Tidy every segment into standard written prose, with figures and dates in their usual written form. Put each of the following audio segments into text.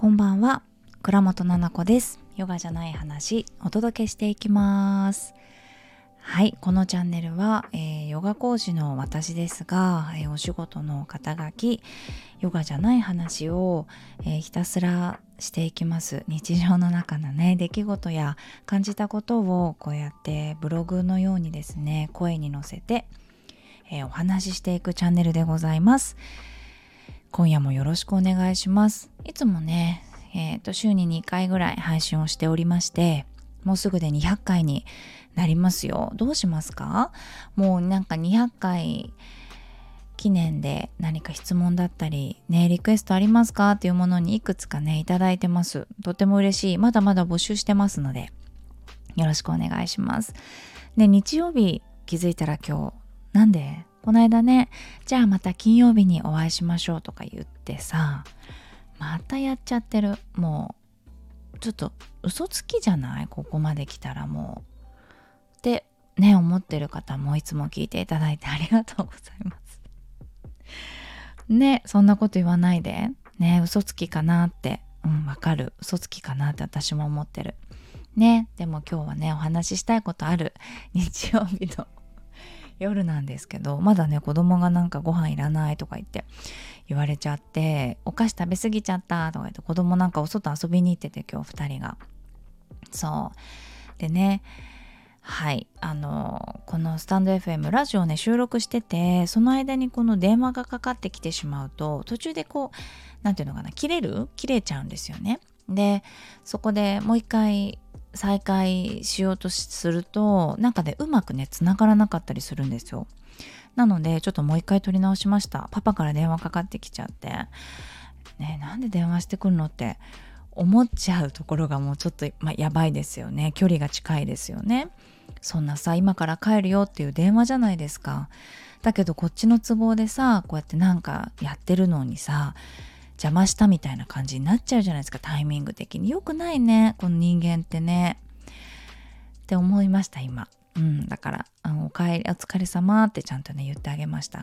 こんばんは、倉本々子です。ヨガじゃない話お届けしていきます。はい、このチャンネルは、ヨガ講師の私ですが、お仕事の肩書きヨガじゃない話を、ひたすらしていきます。日常の中のね、出来事や感じたことをこうやってブログのようにですね、声に乗せて、お話ししていくチャンネルでございます。今夜もよろしくお願いします。いつもね、週に2回ぐらい配信をしておりまして、もうすぐで200回になりますよ。どうしますか？もうなんか200回記念で何か質問だったり、ね、リクエストありますかっていうものにいくつかね、いただいてます。とても嬉しい。まだまだ募集してますので、よろしくお願いします。で、日曜日気づいたら今日、なんでこの間ね、じゃあまた金曜日にお会いしましょうとか言ってさ、またやっちゃってる。もうちょっと嘘つきじゃない？ここまで来たらもうってね、思ってる方もいつも聞いていただいてありがとうございますね。そんなこと言わないでね。嘘つきかなって、わかる。嘘つきかなって私も思ってるね。でも今日はね、お話ししたいことある日曜日の夜なんですけど、まだね、子供がなんかご飯いらないとか言われちゃって、お菓子食べ過ぎちゃったとか言って、子供なんかお外遊びに行ってて、今日2人が。そうでね、はい、このスタンド FM ラジオね、収録してて、その間にこの電話がかかってきてしまうと、途中でこう、なんていうのかな、切れちゃうんですよね。で、そこでもう一回再開しようとすると、なんかね、うまくね、繋がらなかったりするんですよ。なので、ちょっともう一回取り直しました。パパから電話かかってきちゃって、ね、なんで電話してくるのって思っちゃうところがもうちょっと、やばいですよね。距離が近いですよね。そんなさ、今から帰るよっていう電話じゃないですか。だけどこっちの都合でさ、こうやってなんかやってるのにさ、邪魔したみたいな感じになっちゃうじゃないですか。タイミング的に良くないね、この人間ってねって思いました今。だからお疲れ様ってちゃんとね言ってあげました。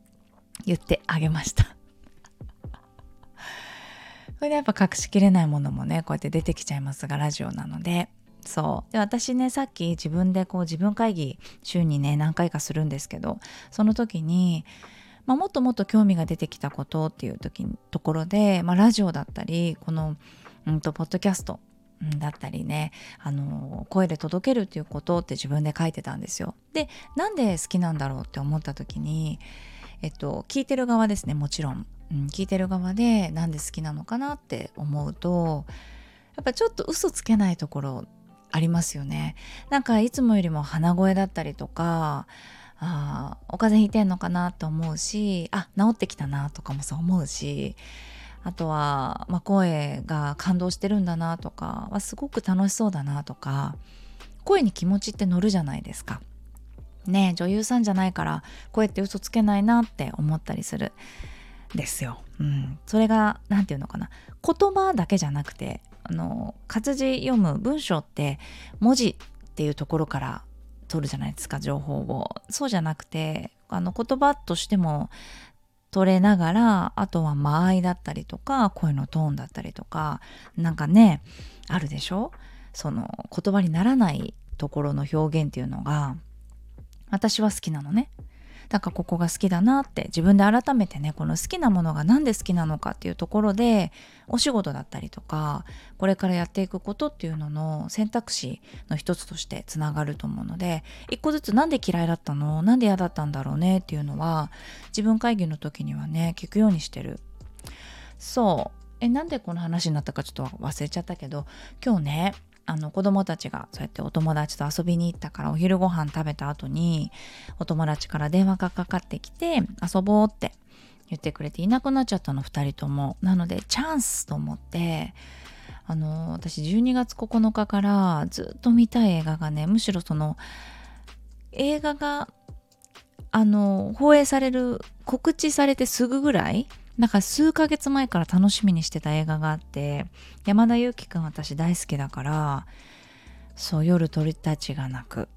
これでやっぱ隠しきれないものもね、こうやって出てきちゃいますが、ラジオなので。そうで、私ね、さっき自分でこう自分会議週にね何回かするんですけど、その時にもっともっと興味が出てきたことっていうところで、ラジオだったりこのポッドキャストだったりね、声で届けるっていうことって自分で書いてたんですよ。で、なんで好きなんだろうって思った時に、聞いてる側ですね、もちろん、聞いてる側でなんで好きなのかなって思うと、やっぱちょっと嘘つけないところありますよね。なんかいつもよりも鼻声だったりとか、お風邪ひいてんのかなと思うし、治ってきたなとかもそう思うし、あとは、声が感動してるんだなとか、すごく楽しそうだなとか、声に気持ちって乗るじゃないですか。ねえ、女優さんじゃないから声って嘘つけないなって思ったりするんですよ。それがなんていうのかな、言葉だけじゃなくて、活字読む文章って文字っていうところから取るじゃないですか、情報を。そうじゃなくて、言葉としても取れながら、あとは間合いだったりとか、声のトーンだったりとか、なんかね、あるでしょ？その言葉にならないところの表現っていうのが私は好きなのね。だからここが好きだなって自分で改めてね、この好きなものがなんで好きなのかっていうところで、お仕事だったりとかこれからやっていくことっていうのの選択肢の一つとしてつながると思うので、一個ずつなんで嫌いだったの、なんで嫌だったんだろうねっていうのは自分会議の時にはね聞くようにしてる。そうなんでこの話になったかちょっと忘れちゃったけど、今日ね、子供たちがそうやってお友達と遊びに行ったから、お昼ご飯食べた後にお友達から電話がかかってきて、遊ぼうって言ってくれて、いなくなっちゃったの2人とも。なのでチャンスと思って、私12月9日からずっと見たい映画がね、むしろその映画が放映される、告知されてすぐぐらい、なんか数ヶ月前から楽しみにしてた映画があって、山田裕貴くん私大好きだから、そう、夜鳥たちが鳴く、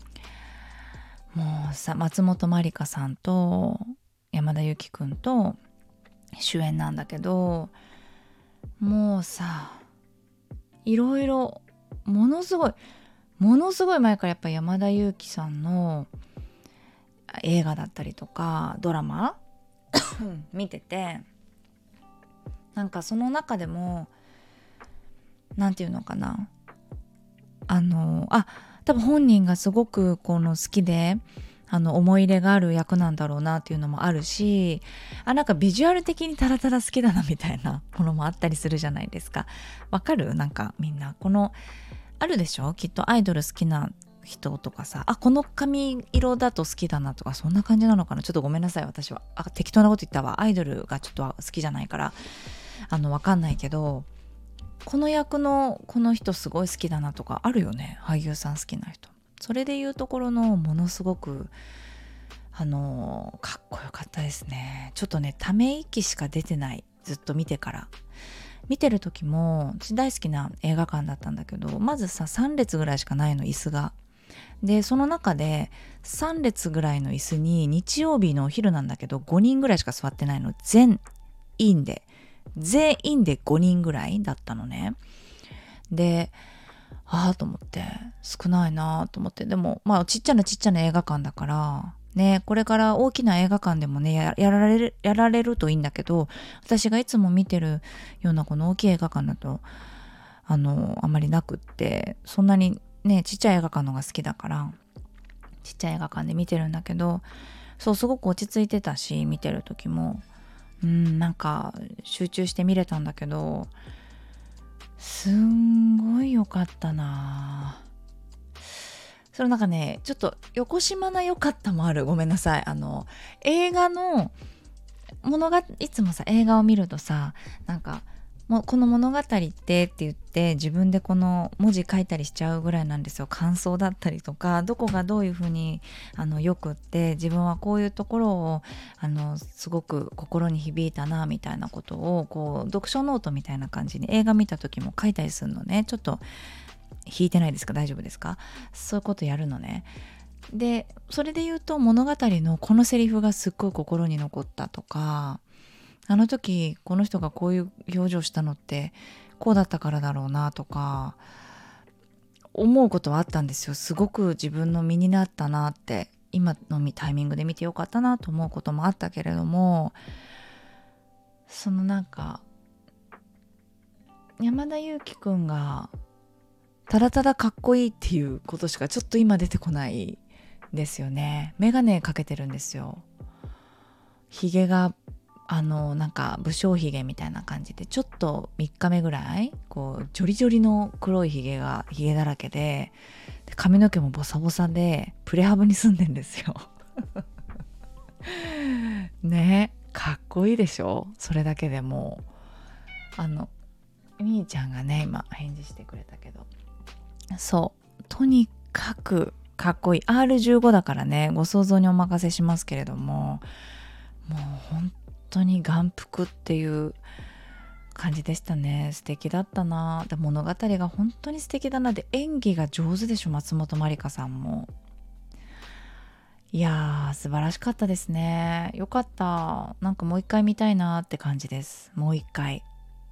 もうさ、松本まりかさんと山田裕貴くんと主演なんだけど、 もうさ、いろいろものすごい前からやっぱ山田裕貴さんの映画だったりとかドラマ見てて、なんかその中でもなんていうのかな、多分本人がすごくこの好きで思い入れがある役なんだろうなっていうのもあるし、なんかビジュアル的にただただ好きだなみたいなものもあったりするじゃないですか。わかる？なんかみんなこのあるでしょ、きっとアイドル好きな人とかさ、この髪色だと好きだなとか、そんな感じなのかな。ちょっとごめんなさい、私は適当なこと言ったわ。アイドルがちょっと好きじゃないからわかんないけど、この役のこの人すごい好きだなとかあるよね、俳優さん好きな人。それでいうところのものすごくかっこよかったですね。ちょっとね、ため息しか出てない。ずっと見てる時も、私大好きな映画館だったんだけど、まずさ3列ぐらいしかないの、椅子が。でその中で3列ぐらいの椅子に日曜日のお昼なんだけど5人ぐらいしか座ってないの。全員で5人ぐらいだったのね。でと思って少ないなと思って、でもまあちっちゃな映画館だからね、これから大きな映画館でもねやられるといいんだけど、私がいつも見てるようなこの大きい映画館だとあまりなくって、そんなにねちっちゃい映画館のが好きだからちっちゃい映画館で見てるんだけど、そうすごく落ち着いてたし、見てる時もなんか集中して見れたんだけど、すんごい良かったな。それなんかね、ちょっと横島な良かったもある。ごめんなさい。映画のいつもさ映画を見るとさ、なんかもうこの物語って言って自分でこの文字書いたりしちゃうぐらいなんですよ。感想だったりとか、どこがどういうふうによくって、自分はこういうところをすごく心に響いたなみたいなことをこう読書ノートみたいな感じに映画見た時も書いたりするのね。ちょっと引いてないですか？大丈夫ですか？そういうことやるのね。でそれで言うと物語のこのセリフがすっごい心に残ったとか、あの時この人がこういう表情したのってこうだったからだろうなとか思うことはあったんですよ。すごく自分の身になったなって、今のタイミングで見てよかったなと思うこともあったけれども、そのなんか山田裕貴くんがただただかっこいいっていうことしかちょっと今出てこないですよね。メガネかけてるんですよ。ひげがなんか武将ひげみたいな感じで、ちょっと3日目ぐらいこうジョリジョリの黒いひげだらけで、髪の毛もボサボサでプレハブに住んでんですよね、かっこいいでしょ。それだけでもみーちゃんがね今返事してくれたけど、そうとにかくかっこいい。 R15 だからね、ご想像にお任せしますけれども、もう本当に眼福っていう感じでしたね。素敵だったな。で物語が本当に素敵だな。で演技が上手でしょ、松本まりかさんも。いやー素晴らしかったですね。よかった。なんかもう一回見たいなって感じです。もう一回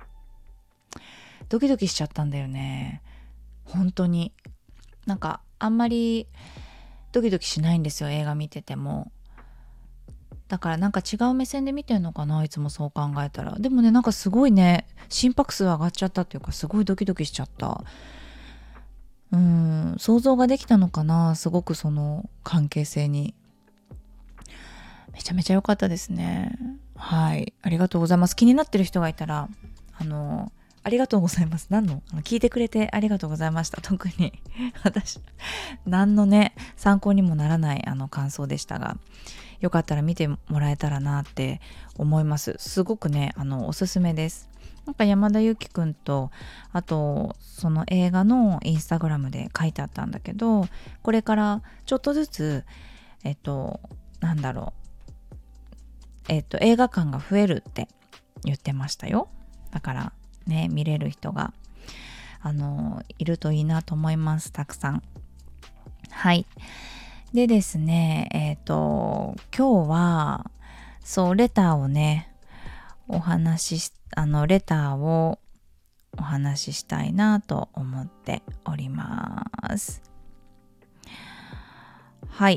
ドキドキしちゃったんだよね。本当になんかあんまりドキドキしないんですよ、映画見てても。だからなんか違う目線で見てんのかな、いつもそう考えたら。でもね、なんかすごいね、心拍数上がっちゃったっていうか、すごいドキドキしちゃった。想像ができたのかな、すごくその関係性に。めちゃめちゃ良かったですね。はい、ありがとうございます。気になってる人がいたらありがとうございます。聞いてくれてありがとうございました。特に私何のね参考にもならない感想でしたが、よかったら見てもらえたらなって思います。すごくねおすすめです。なんか山田裕貴くんと、あとその映画のインスタグラムで書いてあったんだけど、これからちょっとずつなんだろう映画館が増えるって言ってましたよ。だからね見れる人がいるといいなと思います。たくさん。はいでですね今日はそうレターをねお話ししレターをお話ししたいなと思っております。はい。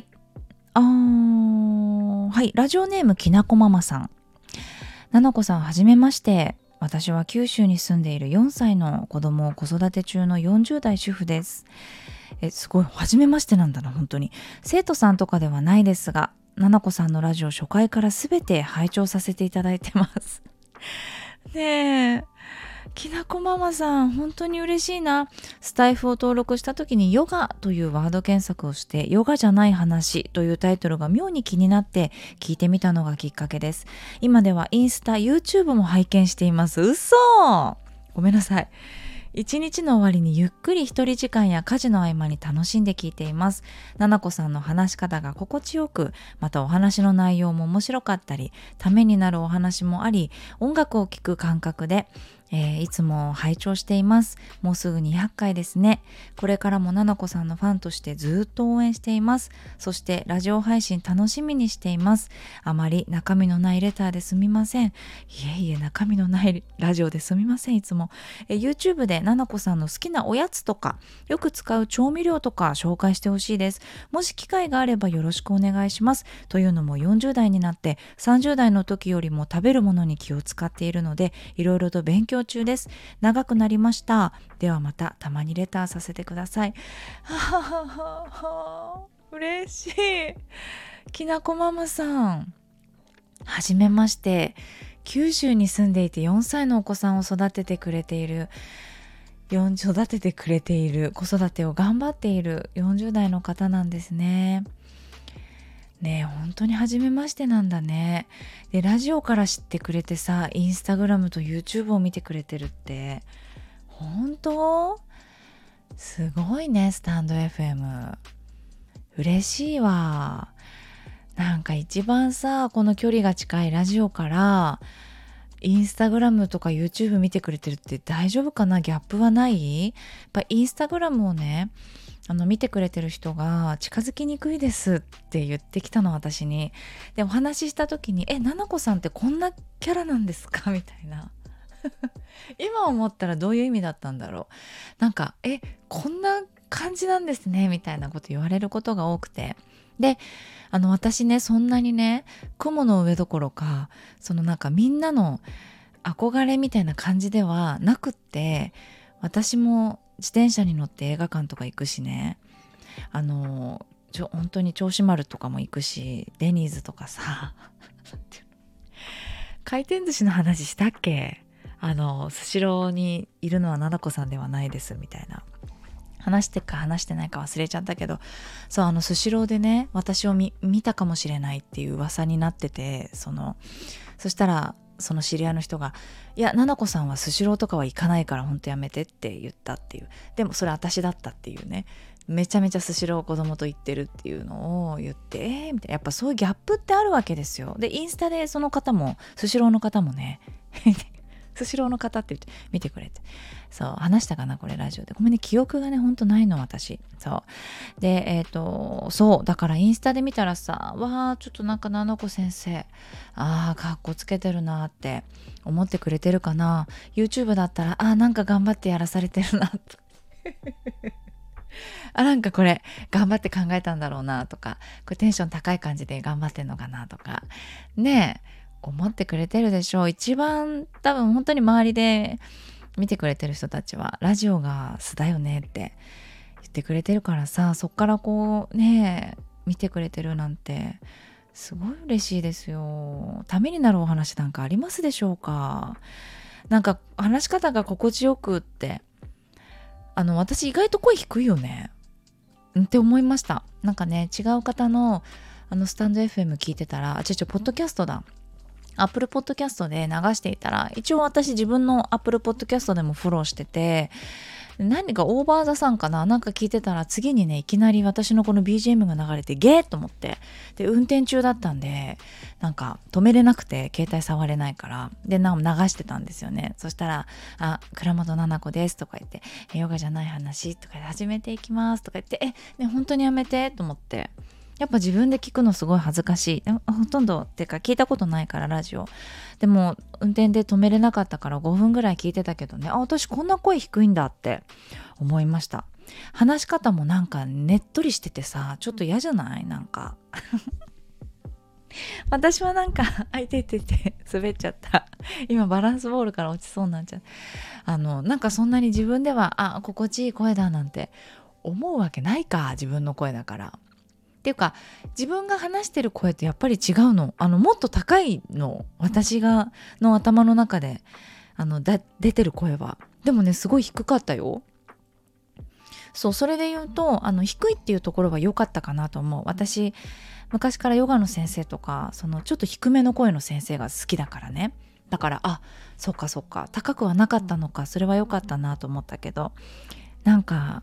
はい。ラジオネームきなこママさん。ななこさん、はじめまして。私は九州に住んでいる4歳の子供を子育て中の40代主婦です。すごい、はじめましてなんだな、本当に。生徒さんとかではないですが、ななこさんのラジオ初回からすべて拝聴させていただいてます。ねえ。きなこママさん、本当に嬉しいな。スタイフを登録した時にヨガというワード検索をして、ヨガじゃない話というタイトルが妙に気になって聞いてみたのがきっかけです。今ではインスタ、YouTube も拝見しています。嘘！ごめんなさい。一日の終わりにゆっくり一人時間や家事の合間に楽しんで聞いています。ななこさんの話し方が心地よく、またお話の内容も面白かったり、ためになるお話もあり、音楽を聴く感覚で、いつも拝聴しています。もうすぐ200回ですね。これからもななこさんのファンとしてずっと応援しています。そしてラジオ配信楽しみにしています。あまり中身のないレターですみません。いえいえ、中身のないラジオですみません。いつもYouTube でななこさんの好きなおやつとかよく使う調味料とか紹介してほしいです。もし機会があればよろしくお願いします。というのも40代になって30代の時よりも食べるものに気を使っているので、いろいろと勉強中です。長くなりました。ではまたたまにレターさせてください。はははは、嬉しい。きなこママさん、はじめまして。九州に住んでいて4歳のお子さんを育ててくれている子育てを頑張っている40代の方なんですね。ねえ、本当に初めましてなんだね。で、ラジオから知ってくれてさ、インスタグラムと YouTube を見てくれてるって、本当すごいね、スタンド FM。嬉しいわ。なんか一番さ、この距離が近いラジオからインスタグラムとか YouTube 見てくれてるって大丈夫かな？ギャップはない？やっぱインスタグラムをね、見てくれてる人が近づきにくいですって言ってきたの、私に。でお話しした時にななこさんってこんなキャラなんですかみたいな。今思ったらどういう意味だったんだろう。なんかこんな感じなんですねみたいなこと言われることが多くて、で私ね、そんなにね雲の上どころか、なんかみんなの憧れみたいな感じではなくって、私も自転車に乗って映画館とか行くしね、本当に銚子丸とかも行くし、デニーズとかさ回転寿司の話したっけ？スシローにいるのはななこさんではないですみたいな、話してか話してないか忘れちゃったけど、そうスシローでね、私を見たかもしれないっていう噂になってて、そしたらその知り合いの人が、いや、ななこさんはスシローとかは行かないから本当やめてって言ったっていう。でもそれ私だったっていうね。めちゃめちゃスシロー子供と行ってるっていうのを言って、みたいな。やっぱそういうギャップってあるわけですよ。でインスタでその方も、スシローの方もねスシローの方って言って見てくれて、そう話したかなこれラジオで。ごめんね、記憶がねほんとないの私。そうでそうだから、インスタで見たらさ、わー、ちょっとなんかななこ先生かっこつけてるなって思ってくれてるかな。 YouTube だったらなんか頑張ってやらされてるなとなんかこれ頑張って考えたんだろうなとか、これテンション高い感じで頑張ってんのかなとかねえ、思ってくれてるでしょう。一番多分本当に周りで見てくれてる人たちはラジオが素だよねって言ってくれてるからさ、そっからこうね見てくれてるなんてすごい嬉しいですよ。ためになるお話なんかありますでしょうか？なんか話し方が心地よくって、私意外と声低いよねって思いました。なんかね、違う方のスタンド FM 聞いてたら、ポッドキャストだ、アップルポッドキャストで流していたら、一応私自分のアップルポッドキャストでもフォローしてて、何かオーバーザさんかな、なんか聞いてたら次にね、いきなり私のこの BGM が流れて、ゲーと思って、で運転中だったんでなんか止めれなくて、携帯触れないから、で流してたんですよね。そしたら倉本々子ですとか言って、ヨガじゃない話とかで始めていきますとか言って、ね本当にやめてと思って、 やっぱ自分で聞くのすごい恥ずかしい。ほとんどっていうか聞いたことないからラジオ。でも運転で止めれなかったから5分ぐらい聞いてたけどね、私こんな声低いんだって思いました。話し方もなんかねっとりしててさ、ちょっと嫌じゃない？なんか私はなんかて滑っちゃった。今バランスボールから落ちそうになっちゃう。なんかそんなに自分では心地いい声だなんて思うわけないか、自分の声だから。っていうか自分が話してる声ってやっぱり違うの。もっと高いの、私の頭の中で出てる声は。でもねすごい低かったよ。そう、それで言うと低いっていうところは良かったかなと思う。私昔からヨガの先生とかちょっと低めの声の先生が好きだからね。だからそっか高くはなかったのか、それは良かったなと思ったけど、なんか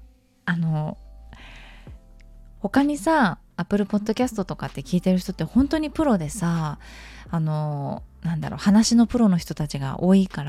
他にさApple Podcast とかって聞いてる人って本当にプロでさ、話のプロの人たちが多いから、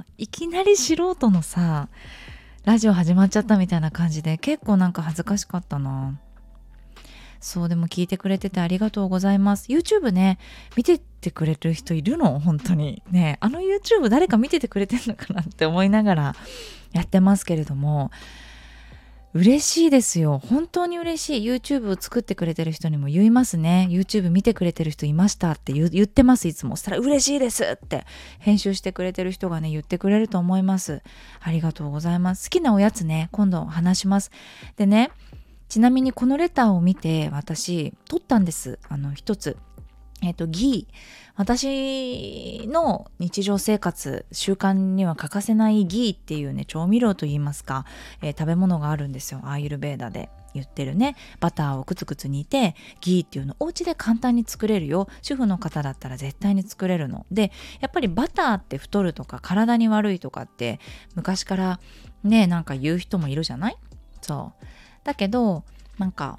いきなり素人のさラジオ始まっちゃったみたいな感じで結構なんか恥ずかしかったな。そう、でも聞いてくれててありがとうございます。 YouTube ね見ててくれる人いるの？本当にね、YouTube 誰か見ててくれてんのかなって思いながらやってますけれども、嬉しいですよ。本当に嬉しい。 YouTube を作ってくれてる人にも言いますね。 YouTube 見てくれてる人いましたって言ってます。いつも。そしたら嬉しいですって編集してくれてる人がね言ってくれると思います。ありがとうございます。好きなおやつね今度話します。でね、ちなみにこのレターを見て私撮ったんです。一つギー、私の日常生活習慣には欠かせないギーっていうね調味料といいますか、食べ物があるんですよ。アーユルベーダで言ってるね、バターをくつくつ煮てギーっていうのお家で簡単に作れるよ。主婦の方だったら絶対に作れるので、やっぱりバターって太るとか体に悪いとかって昔からねなんか言う人もいるじゃない？そうだけどなんか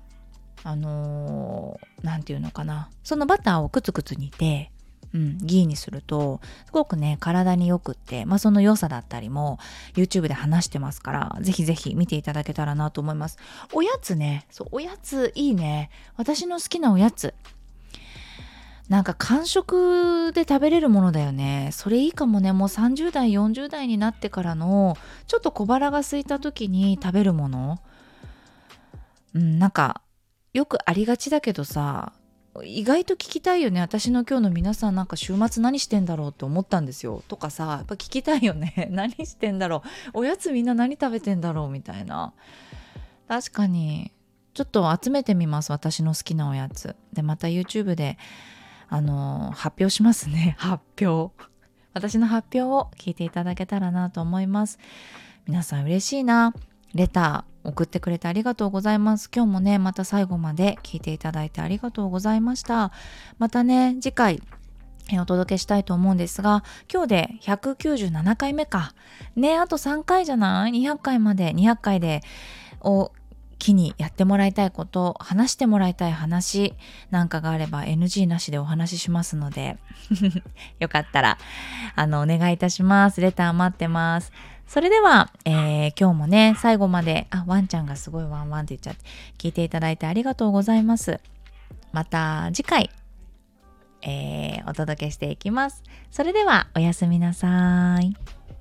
なんていうのかな、そのバターをくつくつ煮て、ギーにするとすごくね体によくって、その良さだったりも YouTube で話してますから、ぜひぜひ見ていただけたらなと思います。おやつね、そうおやついいね。私の好きなおやつなんか間食で食べれるものだよね。それいいかもね。もう30代40代になってからのちょっと小腹が空いた時に食べるもの、なんかよくありがちだけどさ、意外と聞きたいよね。私の今日の皆さんなんか週末何してんだろうって思ったんですよとかさ、やっぱ聞きたいよね。何してんだろう、おやつみんな何食べてんだろうみたいな。確かにちょっと集めてみます、私の好きなおやつで。また YouTube で発表しますね。発表私の発表を聞いていただけたらなと思います。皆さん嬉しいな。レター送ってくれてありがとうございます。今日もねまた最後まで聞いていただいてありがとうございました。またね次回お届けしたいと思うんですが、今日で197回目かね。あと3回じゃない？ 200 回まで、200回でを機にやってもらいたいこと、話してもらいたい話なんかがあれば NG なしでお話ししますのでよかったらお願いいたします。レター待ってます。それでは、今日もね最後までワンちゃんがすごいワンワンって言っちゃって聞いていただいてありがとうございます。また次回、お届けしていきます。それではおやすみなさい。